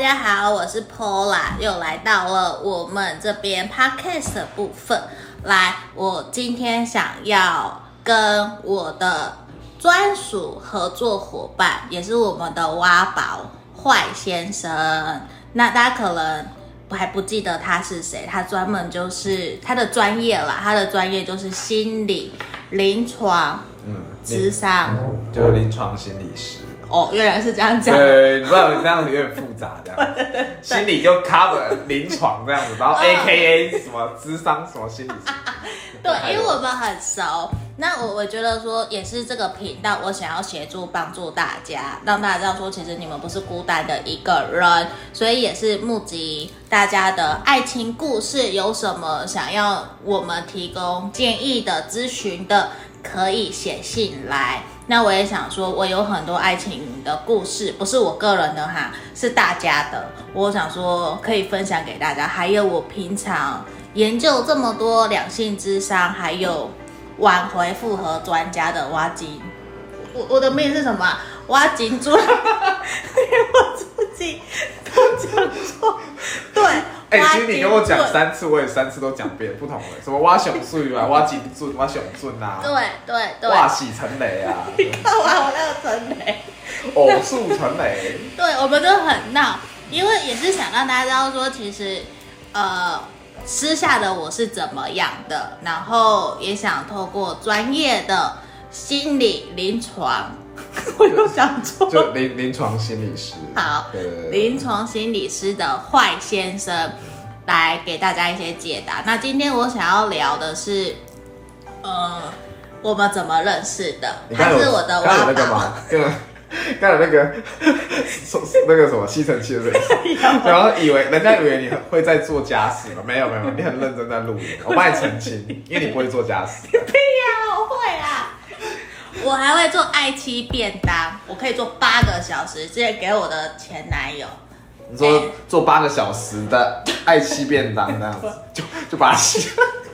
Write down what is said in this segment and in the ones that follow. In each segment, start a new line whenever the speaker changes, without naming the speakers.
家好，我是 Paula， 又来到了我们这边 Podcast 的部分。来，我今天想要跟我的专属合作伙伴，也是我们的挖宝坏先生。那大家可能还不记得他是谁，他专门就是他的专业啦，他的专业就是心理临床諮商，
就是临床心理师。
哦，原来是这样讲。
对，你不知道你这样有点复杂，这样心理就 cover 临床这样子，然后 AKA 什么諮商什么心理师。
对，因为我们很熟。那我觉得说，也是这个频道，我想要协助帮助大家，让大家知道说，其实你们不是孤单的一个人，所以也是募集大家的爱情故事，有什么想要我们提供建议的、咨询的，可以写信来。那我也想说，我有很多爱情的故事，不是我个人的哈，是大家的。我想说可以分享给大家，还有我平常研究这么多两性諮商，还有挽回复合专家的挖金，我的命是什么？挖金猪，连我自己都讲错。对，
其实你跟我讲3次，我也3次都讲遍不同的，什么挖熊水啊，挖金准，挖熊准啊，
对，
挖喜成雷啊，
你看完我那个陈雷，
偶数成雷，
对，我们就很闹，因为也是想让大家知道说，其实私下的我是怎么样的，然后也想透过专业的心理临床，我又讲错，
就临床心理师。
好，临床心理师的坏先生来给大家一些解答。那今天我想要聊的是，我们怎么认识的？还是我的挖宝？
刚有那个什么吸尘器的声音，然后人家以为你会在做家事嘛？没有，你很认真在录音，我帮你澄清，因为你不会做家事。
屁呀，我会啊！我还会做爱妻便当，我可以做8个小时，之前给我的前男友。
你说做8个小时的爱妻便当这样子，就把它洗。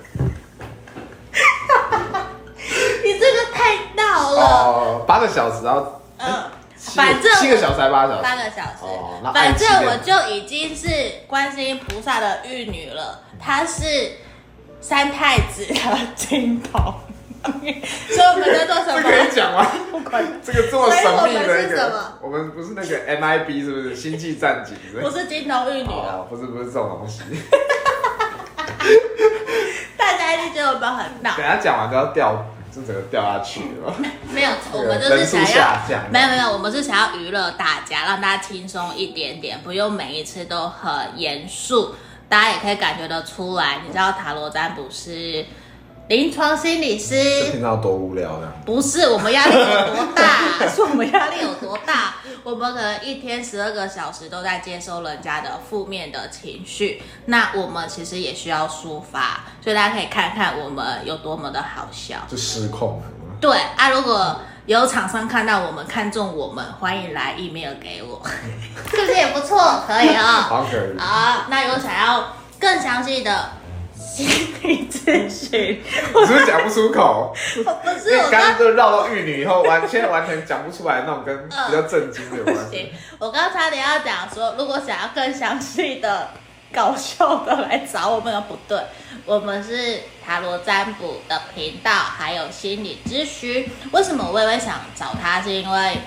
你这个太闹了。
哦，8个小时，然后
反正
7个小时还8个小时
？8个小时。
哦，
反正我就已经是观世音菩萨的玉女了，她是三太子的金童。所以我们在做什么？
这可以讲吗？
不管
这个这么神秘的一
个，
我们不是那个 MIB 是不是？星际战警？
不是金童玉女
哦，不是这种东西。
大家一定觉得我们很闹。
等一下讲完就要掉，就整个掉下去了。
没有，我们就是想要没有，我们是想要娱乐大家，让大家轻松一点点，不用每一次都很严肃。大家也可以感觉得出来，你知道塔罗占卜师。临床心理师，
听到多无聊呢？
不是，我们压力有多大？是我们压力有多大？我们可能一天12个小时都在接收人家的负面的情绪，那我们其实也需要抒发，所以大家可以看看我们有多么的好笑，
就失控了。
对啊，如果有厂商看到我们看中我们，欢迎来 email 给我，是不是也不错？可以
好，可以。
好，那有想要更详细的心理咨询，
你是不是讲不出口？
不是，我
刚刚就绕到玉女以后，现在完全讲不出来那种跟比较震惊的有关系。
我刚差点要讲说，如果想要更详细的、搞笑的来找我们，不对，我们是塔罗占卜的频道，还有心理咨询。为什么我也会想找他？是因为，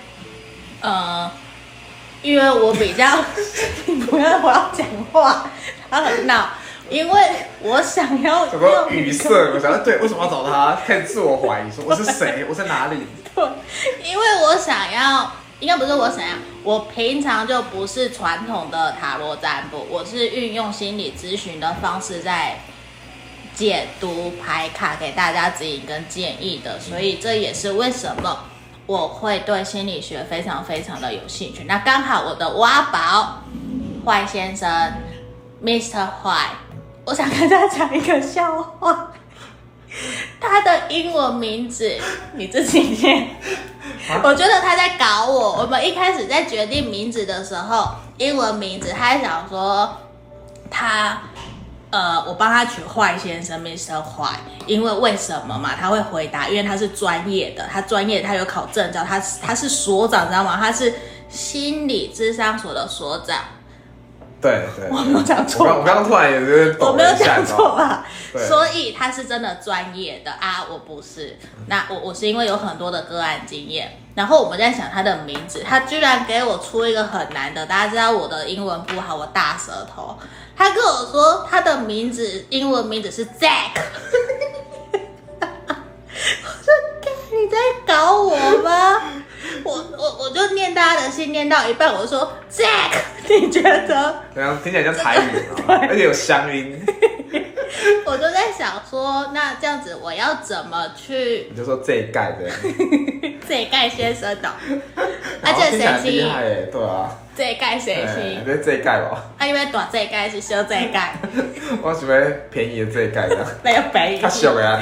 因为我比较，不要我要讲话，他很闹。因为我想要
什么语塞，我想要对，为什么要找他？开始自我怀疑，说我是谁？我在哪里？
对，因为我想要，应该不是我想要，我平常就不是传统的塔罗占卜，我是运用心理咨询的方式在解读牌卡给大家指引跟建议的，所以这也是为什么我会对心理学非常非常的有兴趣。那刚好我的挖宝坏先生 Mr. 坏。我想跟大家讲一个笑话，他的英文名字你自己念。我觉得他在搞我。我们一开始在决定名字的时候，英文名字，他在想说他我帮他取坏先生 Mr. 坏，因为什么嘛？他会回答，因为他是专业的，他专业，他有考证照，他是所长，知道吗？他是心理咨商所的所长。
对，
我没有讲错。
我刚刚突然也是
我没有讲错吧？
对，
所以他是真的专业的啊，我不是。那我是因为有很多的个案经验，然后我们在想他的名字，他居然给我出一个很难的。大家知道我的英文不好，我大舌头。他跟我说他的名字英文名字是 Zack。我说你在搞我吗？我就念大家的信，念到一半，我就说 Zack， 你觉得？
怎样？听起来像台语嘛，而且有乡音。
我就在想说，那这样子我要怎么去？
你就说这一盖这样。
这一盖先生的，而且谁
听厉害耶？对啊。
这一盖谁新？
你觉得这一盖吧？
啊，因为大这一盖是小这一盖。
我想要便宜的这一盖的。
没有便宜。
他小的啊。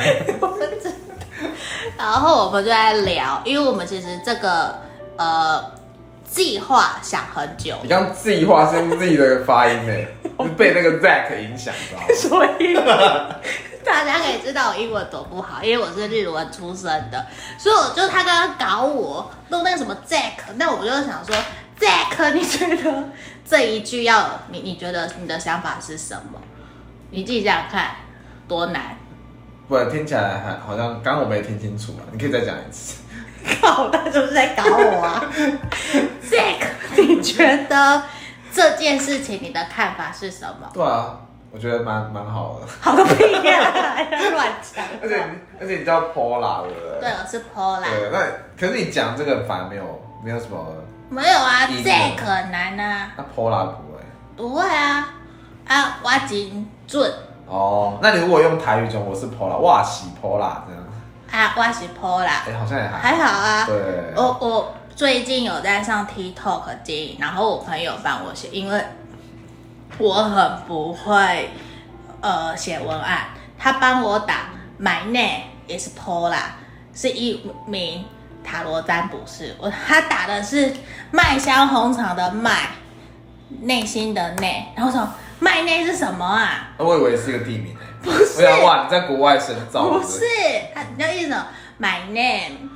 然后我们就在聊，因为我们其实这个计划想很久。
你刚计划是用自己的发音呢，是被那个 Zack 影响，知道吗？
所以大家可以知道我英文多不好，因为我是日文出身的，所以他刚刚搞我弄那个什么 Zack， 那我就想说 Zack， 你觉得这一句你觉得你的想法是什么？你自己想想看，多难。
不然听起来好像刚刚我没听清楚啊，你可以再讲一次。
靠，他就是在搞我啊！Zack， 你觉得这件事情你的看法是什么？
对啊，我觉得蛮好的。
好个屁呀、还乱讲。
而且你叫 Paula 对不对？
对，我是 Paula。
对，那可是你讲这个反而没有什么。
没有啊 ，Zack 很难啊。
那 Paula 不会？
不会啊，我真准。
哦，那你如果用台语讲，我是 Paula， 哇西 Paula 这样。
我是 Paula，
好像也
还好啊。
对，
我最近有在上 TikTok 经营，然后我朋友帮我写，因为我很不会写文案，他帮我打 My name is Paula， 是一名塔罗占卜师，他打的是麦香红肠的麦，内心的内，然后说麦内是什么啊？
我以为是一个地名诶。
不是，
我想哇，你在国外深造。
不是，你要意思 My name。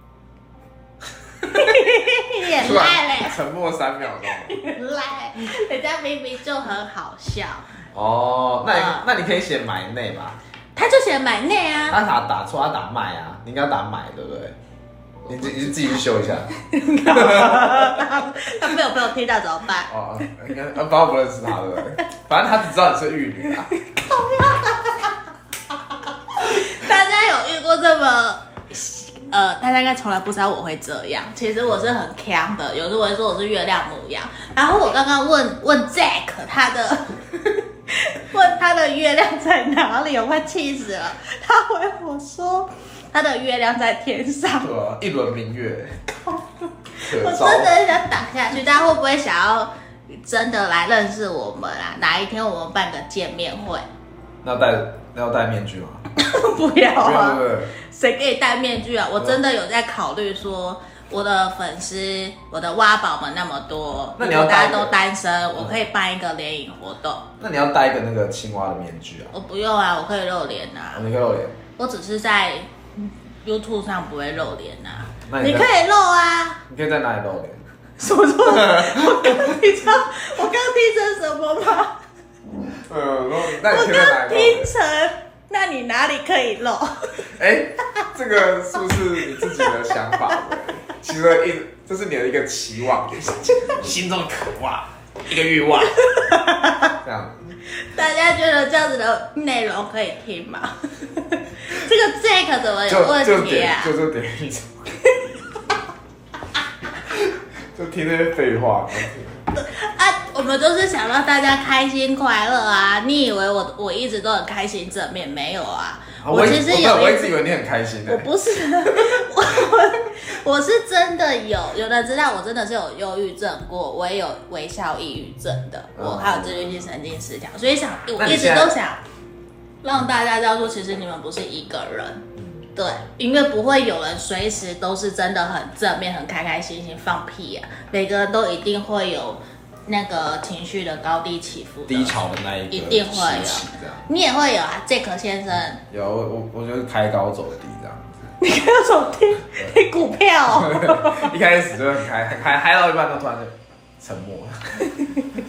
也赖嘞，
沉默3秒
钟。赖，人家明明就很好笑。
哦，那你可以写买内吧？
他就写买内啊。
他打错，他打麦啊，你应该打买，对不对？你自己去修一下。
他没有被我听到怎么办？
哦，应该反正我不认识他，对不对？反正他只知道你是玉女啊。
大家有遇过这么大家应该从来不知道我会这样。其实我是很强的，有时候我会说我是月亮母羊。然后我刚刚问 Zack 问他的月亮在哪里，我快气死了。他回我说他的月亮在天上。
对啊，一轮明月。
我真的很想打下去，大家会不会想要真的来认识我们啊？哪一天我们办个见面会？
那要戴面具吗？
不要啊！
对，
谁给你戴面具啊？我真的有在考虑说，我的粉丝、我的挖宝们那么多，
那你要
大家都单身，我可以办一个联谊活动。
那你要戴一个那个青蛙的面具啊？
我不用啊，我可以露脸啊。
你可以露脸？
我只是在 YouTube 上不会露脸啊。
你
可以露啊。
你可以在哪里露脸？
什么？我刚听成什么吗？
那你可以在哪里露？
听成，那你哪里可以露？
这个是不是你自己的想法？其实这是你的一个期望，心中的渴望，一个欲望，这样。
大家觉得这样子的内容可以听吗？这个 Zack 怎么有问题啊？
就点一种，就听那些废话。
我们都是想让大家开心快乐啊！你以为我一直都很开心正面没有啊？我其实
我一直以为你很开心的。
我不是，我是真的有人知道我真的是有忧郁症过，我也有微笑抑郁症的，我还有自律性神经失调，所以我一直都想让大家知道说，其实你们不是一个人。对，因为不会有人随时都是真的很正面、很开开心心，放屁啊！每个人都一定会有那个情绪的高低起伏的，
低潮的那一个，
一定会有。你也会有啊，Zack 先生。
有，我就是开高走低这样子。
你开高走低？你股票哦？
一开始就很嗨到一半，都突然就沉默了。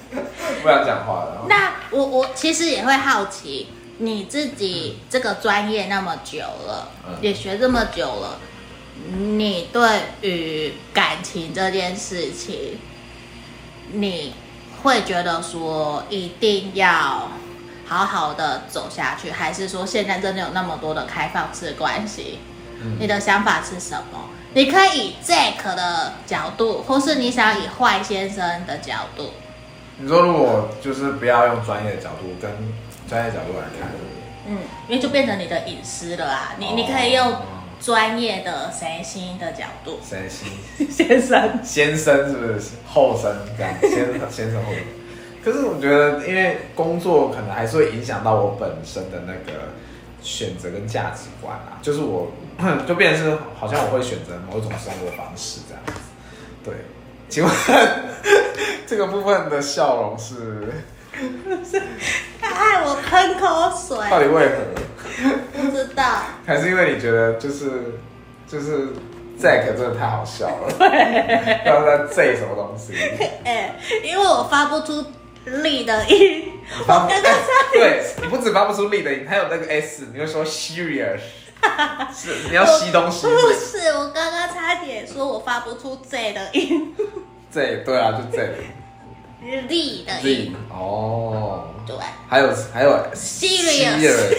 不想讲话了。
那我其实也会好奇，你自己这个专业那么久了，也学这么久了，你对于感情这件事情，你会觉得说一定要好好的走下去，还是说现在真的有那么多的开放式关系？你的想法是什么？你可以以 Jack 的角度，或是你想以坏先生的角度。
你说如果就是不要用专业的角度跟专业角度来看，
因为就变成你的隐私了啊。你可以用专业的谁心的角度。
谁心？
先生
是不是后生这样？先生后生。可是我觉得，因为工作可能还是会影响到我本身的那个选择跟价值观啊，就是我就变成是好像我会选择某一种生活方式这样子。对，请问这个部分的笑容是？
他害我喷口水。
到底为何？
不知道。
还是因为你觉得就是 Jack 真的太好笑了，不知道在 J 什么东西。
因为我发不出力的音，我刚刚
对你不止发不出力的音，还有那个 S， 你会说 serious， 是你要吸东西。
不是，我刚刚差点说我发不出 J 的音。
J 对啊，就 J。
力的音。
哦。
对。
还有
serious。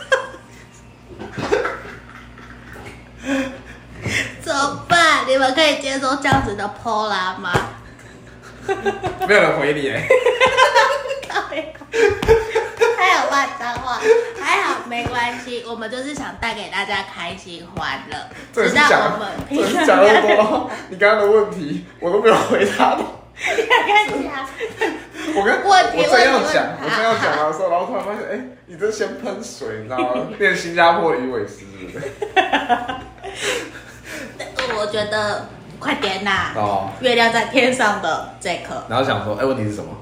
怎么办？你们可以接受这样子的 Pola 吗？
没有人回你哎。
还有乱脏话，还好没关系，我们就是想带给大家开心欢乐。
这是讲那么多，你刚刚的问题我都没有回答你。
你刚刚讲，
我真要讲的时候，然后突然发现，你这先喷水，你知道吗？变新加坡鱼尾狮是不是？
我觉得快点啦！月亮在天上的Jack。
然后想说，问题是什么？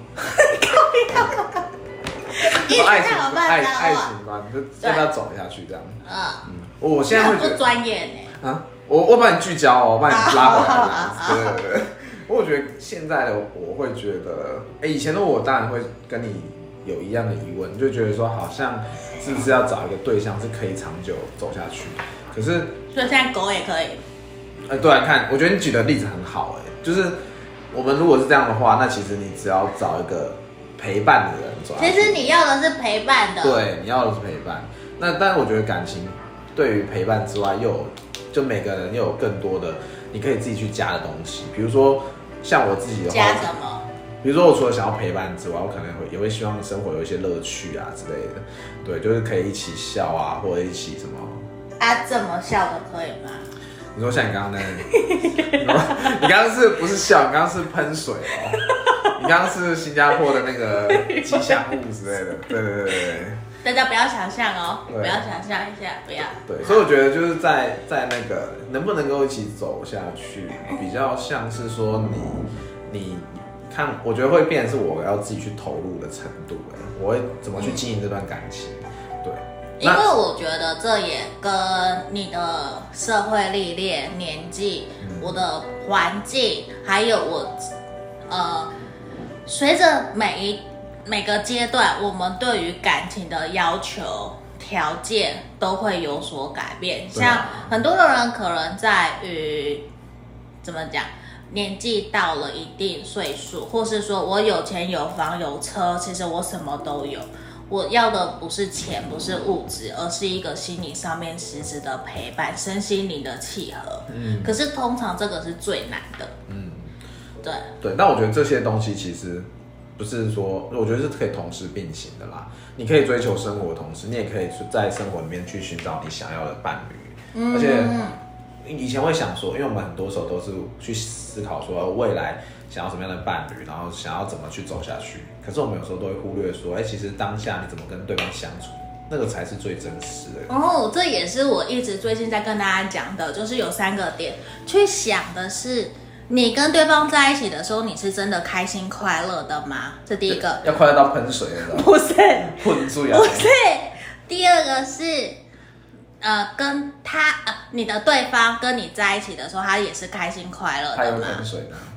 爱
情观，就要不要走下去这样？我现在会觉得
不专业呢。
我把你聚焦哦，把你拉回来。对。我觉得现在的我会觉得，以前的我当然会跟你有一样的疑问，就觉得说好像是不是要找一个对象是可以长久走下去？可是，
所以现在狗也可以。
对啊，看，我觉得你举的例子很好，就是我们如果是这样的话，那其实你只要找一个陪伴的人走下去。
其实你要的是陪伴的。
对，你要的是陪伴。那但是我觉得感情对于陪伴之外，就每个人又有更多的你可以自己去加的东西，比如说。像我自己的话，
加什么？
比如说我除了想要陪伴之外，我可能也会希望生活有一些乐趣啊之类的，对，就是可以一起笑啊，或者一起什么。
这么笑的可以吗？
你说像你刚刚那样，你刚刚是不是笑？你刚刚是喷水哦，你刚刚是新加坡的那个吉祥物之类的，对。
大家不要想象哦，不要想象一下，不要。
对，所以我觉得就是在那个能不能够一起走下去，比较像是说你看，我觉得会变成是我要自己去投入的程度，我会怎么去经营这段感情，对。
因为我觉得这也跟你的社会历练、年纪、我的环境，还有我随着每个阶段，我们对于感情的要求条件都会有所改变。像很多的人可能在于怎么讲，年纪到了一定岁数，或是说我有钱有房有车，其实我什么都有。我要的不是钱，不是物质，而是一个心理上面实质的陪伴，身心灵的契合。可是通常这个是最难的。对。
但我觉得这些东西其实不是说，我觉得是可以同时并行的啦。你可以追求生活的同时，你也可以在生活里面去寻找你想要的伴侣。而且以前会想说，因为我们很多时候都是去思考说未来想要什么样的伴侣，然后想要怎么去走下去。可是我们有时候都会忽略说，其实当下你怎么跟对方相处，那个才是最真实的。
这也是我一直最近在跟大家讲的，就是有3个点去想的是。你跟对方在一起的时候，你是真的开心快乐的吗？这第一个。
要快乐到喷水了。
不是。
喷水啊。
不是。第二个是，跟他你的对方跟你在一起的时候，他也是开心快乐的吗？
他有喷水的。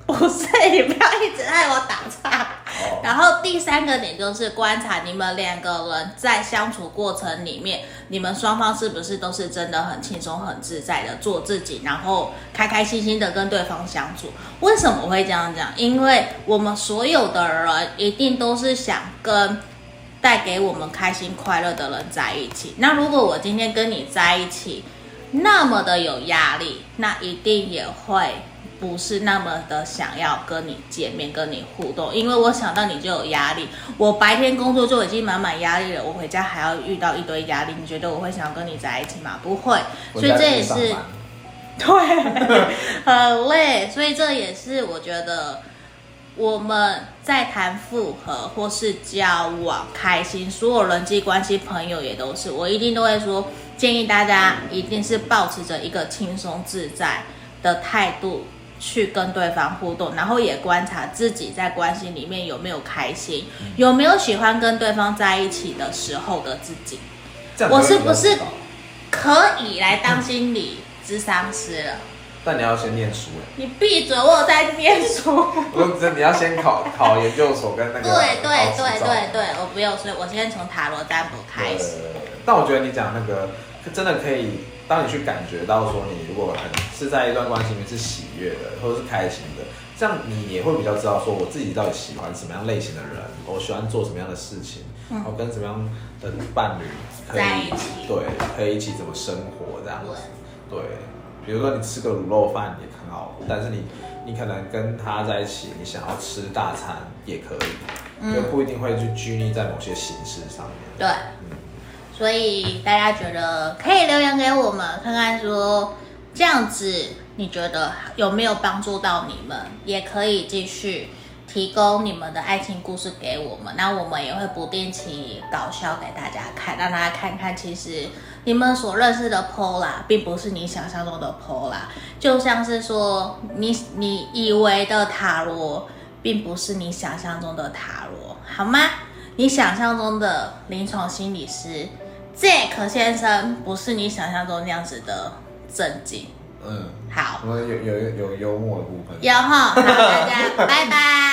不是，你不要一直害我打岔。然后第3个点就是观察你们2个人在相处过程里面，你们双方是不是都是真的很轻松、很自在的做自己，然后开开心心的跟对方相处。为什么我会这样讲？因为我们所有的人一定都是想跟带给我们开心快乐的人在一起。那如果我今天跟你在一起那么的有压力，那一定也会不是那么的想要跟你见面跟你互动，因为我想到你就有压力，我白天工作就已经满满压力了，我回家还要遇到一堆压力，你觉得我会想要跟你在一起吗？不会。所以这也是对很累，所以这也是我觉得我们在谈复合或是交往开心，所有人际关系朋友也都是，我一定都会说建议大家一定是保持着一个轻松自在的态度去跟对方互动，然后也观察自己在关系里面有没有开心，有没有喜欢跟对方在一起的时候的自己。我是不是可以来当心理咨商师了？
但你要先念书哎！
你闭嘴，我有在念书。
你要先考研究所跟那个
对，我不用，所以我先从塔罗占卜开始。
但我觉得你讲那个真的可以，当你去感觉到说你如果是在一段关系里面是喜悦的或者是开心的，这样你也会比较知道说我自己到底喜欢什么样类型的人，我喜欢做什么样的事情，我跟什么样的伴侣可以
在一起，
对，可以一起怎么生活这样子，对。比如说你吃个卤肉饭也很好，但是你可能跟他在一起，你想要吃大餐也可以，就不一定会去拘泥在某些形式上面。
对，所以大家觉得可以留言给我们，看看说这样子你觉得有没有帮助到你们，也可以继续提供你们的爱情故事给我们，那我们也会不定期搞笑给大家看，让大家看看其实你们所认识的 Paula 并不是你想象中的 Paula， 就像是说你以为的塔罗并不是你想象中的塔罗，好吗？你想象中的临床心理师 Jack 先生不是你想象中那样子的正经。好，
有幽默的部分。
有哈，好，大家拜拜。